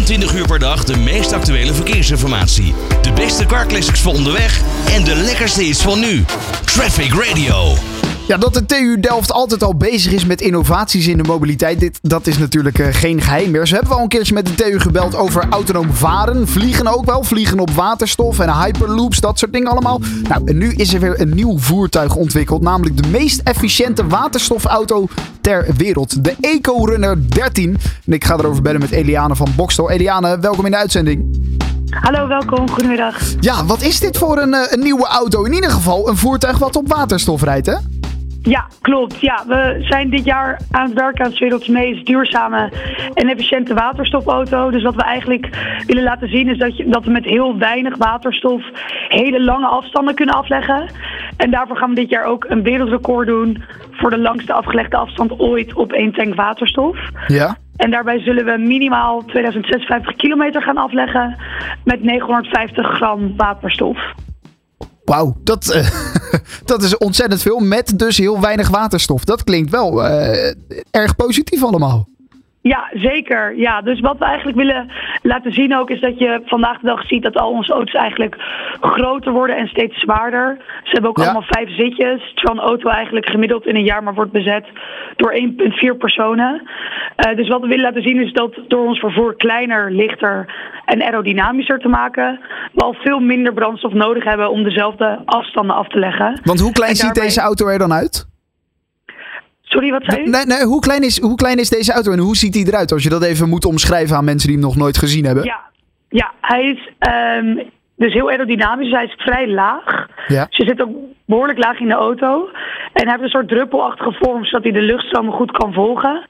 24 uur per dag de meest actuele verkeersinformatie. De beste carclassics voor onderweg en de lekkerste hits van nu. Traffic Radio. Ja, dat de TU Delft altijd al bezig is met innovaties in de mobiliteit, dat is natuurlijk geen geheim meer. Ze hebben wel een keertje met de TU gebeld over autonoom varen. Vliegen ook wel, vliegen op waterstof en hyperloops, dat soort dingen allemaal. Nou, en nu is er weer een nieuw voertuig ontwikkeld, namelijk de meest efficiënte waterstofauto ter wereld. De EcoRunner 13. En ik ga erover bellen met Eliane van Bokstel. Eliane, welkom in de uitzending. Hallo, welkom. Goedemiddag. Ja, wat is dit voor een nieuwe auto? In ieder geval een voertuig wat op waterstof rijdt, hè? Ja, klopt. Ja, we zijn dit jaar aan het werken aan de werelds meest duurzame en efficiënte waterstofauto. Dus wat we eigenlijk willen laten zien is dat we met heel weinig waterstof hele lange afstanden kunnen afleggen. En daarvoor gaan we dit jaar ook een wereldrecord doen voor de langste afgelegde afstand ooit op 1 tank waterstof. Ja. En daarbij zullen we minimaal 2056 kilometer gaan afleggen met 950 gram waterstof. Wauw, dat is ontzettend veel met dus heel weinig waterstof. Dat klinkt wel erg positief allemaal. Ja, zeker. Ja, dus wat we eigenlijk willen laten zien ook is dat je vandaag de dag ziet dat al onze auto's eigenlijk groter worden en steeds zwaarder. Ze hebben ook allemaal 5 zitjes, terwijl een auto eigenlijk gemiddeld in een jaar maar wordt bezet door 1,4 personen. Dus wat we willen laten zien is dat door ons vervoer kleiner, lichter en aerodynamischer te maken, we al veel minder brandstof nodig hebben om dezelfde afstanden af te leggen. Want hoe klein ziet deze auto er dan uit? Sorry, wat zei u? Nee, hoe klein is deze auto en hoe ziet hij eruit? Als je dat even moet omschrijven aan mensen die hem nog nooit gezien hebben. Ja, hij is dus heel aerodynamisch. Hij is vrij laag. Ja. Dus je zit ook behoorlijk laag in de auto. En hij heeft een soort druppelachtige vorm, zodat hij de luchtstromen goed kan volgen.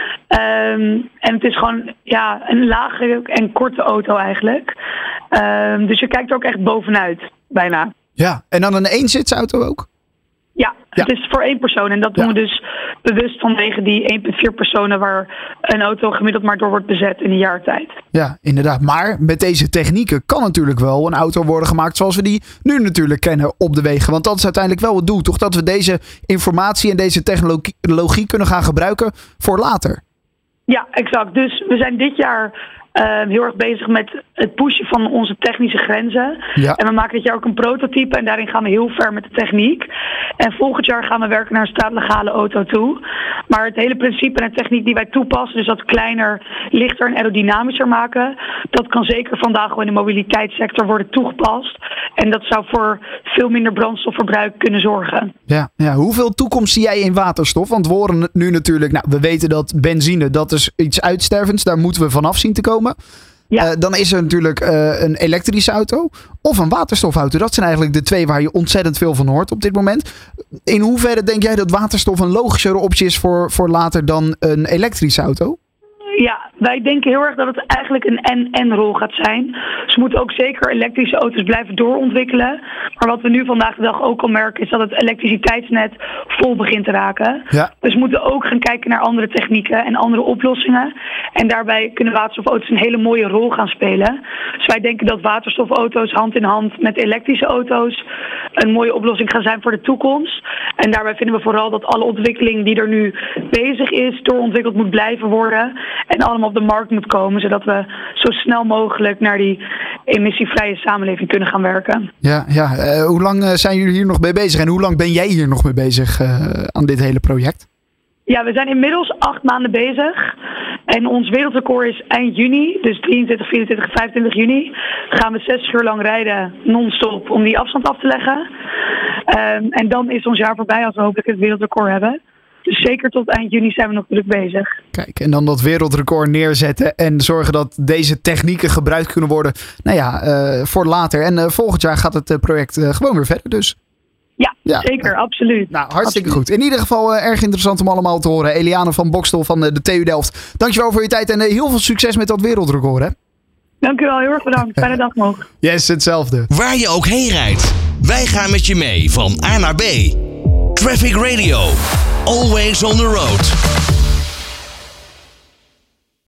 En het is gewoon een lage en korte auto eigenlijk. Dus je kijkt er ook echt bovenuit, bijna. Ja, en dan een eenzitsauto ook? Ja, het is voor 1 persoon. En dat doen we dus bewust vanwege die 1,4 personen waar een auto gemiddeld maar door wordt bezet in een jaar tijd. Ja, inderdaad. Maar met deze technieken kan natuurlijk wel een auto worden gemaakt zoals we die nu natuurlijk kennen op de wegen. Want dat is uiteindelijk wel het doel, toch? Dat we deze informatie en deze technologie kunnen gaan gebruiken voor later. Ja, exact. Dus we zijn dit jaar heel erg bezig met het pushen van onze technische grenzen. Ja. En we maken dit jaar ook een prototype en daarin gaan we heel ver met de techniek. En volgend jaar gaan we werken naar een staatlegale auto toe. Maar het hele principe en de techniek die wij toepassen, dus dat kleiner, lichter en aerodynamischer maken, dat kan zeker vandaag al in de mobiliteitssector worden toegepast. En dat zou voor veel minder brandstofverbruik kunnen zorgen. Ja, hoeveel toekomst zie jij in waterstof? Want we horen nu natuurlijk, we weten dat benzine, dat is iets uitstervends. Daar moeten we vanaf zien te komen. Ja. Dan is er natuurlijk een elektrische auto of een waterstofauto. Dat zijn eigenlijk de 2 waar je ontzettend veel van hoort op dit moment. In hoeverre denk jij dat waterstof een logischere optie is voor later dan een elektrische auto? Ja, wij denken heel erg dat het eigenlijk een en-en rol gaat zijn. Dus we moeten ook zeker elektrische auto's blijven doorontwikkelen. Maar wat we nu vandaag de dag ook al merken is dat het elektriciteitsnet vol begint te raken. Ja. Dus we moeten ook gaan kijken naar andere technieken en andere oplossingen. En daarbij kunnen waterstofauto's een hele mooie rol gaan spelen. Dus wij denken dat waterstofauto's hand in hand met elektrische auto's een mooie oplossing gaan zijn voor de toekomst. En daarbij vinden we vooral dat alle ontwikkeling die er nu bezig is, doorontwikkeld moet blijven worden. En allemaal op de markt moet komen, zodat we zo snel mogelijk naar die emissievrije samenleving kunnen gaan werken. Ja. Hoe lang zijn jullie hier nog mee bezig en hoe lang ben jij hier nog mee bezig aan dit hele project? Ja, we zijn inmiddels 8 maanden bezig. En ons wereldrecord is eind juni, dus 23, 24, 25 juni. Gaan we 6 uur lang rijden non-stop om die afstand af te leggen. En dan is ons jaar voorbij als we hopelijk het wereldrecord hebben. Dus zeker tot eind juni zijn we nog druk bezig. Kijk, en dan dat wereldrecord neerzetten en zorgen dat deze technieken gebruikt kunnen worden voor later. En volgend jaar gaat het project gewoon weer verder dus. Ja, zeker, absoluut. Nou, hartstikke goed. In ieder geval erg interessant om allemaal te horen. Eliane van Bokstel van de TU Delft. Dankjewel voor je tijd en heel veel succes met dat wereldrecord, hè? Dank u wel, heel erg bedankt. Fijne dag nog. Yes, hetzelfde. Waar je ook heen rijdt, wij gaan met je mee van A naar B. Traffic Radio. Always on the road.